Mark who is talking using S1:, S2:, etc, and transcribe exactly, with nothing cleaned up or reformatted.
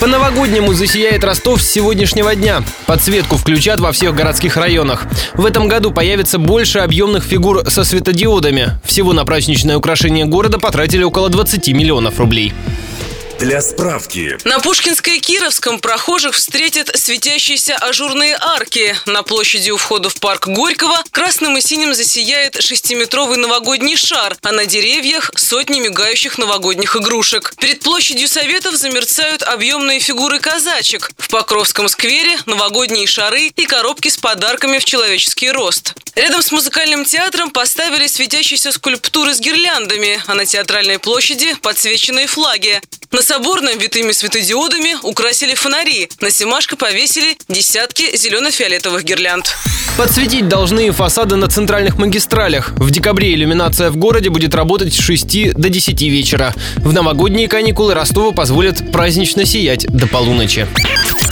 S1: По-новогоднему засияет Ростов с сегодняшнего дня. Подсветку включат во всех городских районах. В этом году появится больше объемных фигур со светодиодами. Всего на праздничное украшение города потратили около двадцати миллионов рублей.
S2: Для справки.
S3: На Пушкинской и Кировском прохожих встретят светящиеся ажурные арки. На площади у входа в парк Горького красным и синим засияет шестиметровый новогодний шар, а на деревьях сотни мигающих новогодних игрушек. Перед площадью Советов замерцают объемные фигуры казачек. В Покровском сквере новогодние шары и коробки с подарками в человеческий рост. Рядом с музыкальным театром поставили светящиеся скульптуры с гирляндами, а на Театральной площади подсвеченные флаги. На Соборном витыми светодиодами украсили фонари. На Семашко повесили десятки зелено-фиолетовых гирлянд.
S1: Подсветить должны и фасады на центральных магистралях. В декабре иллюминация в городе будет работать с шести до десяти вечера. В новогодние каникулы Ростову позволят празднично сиять до полуночи.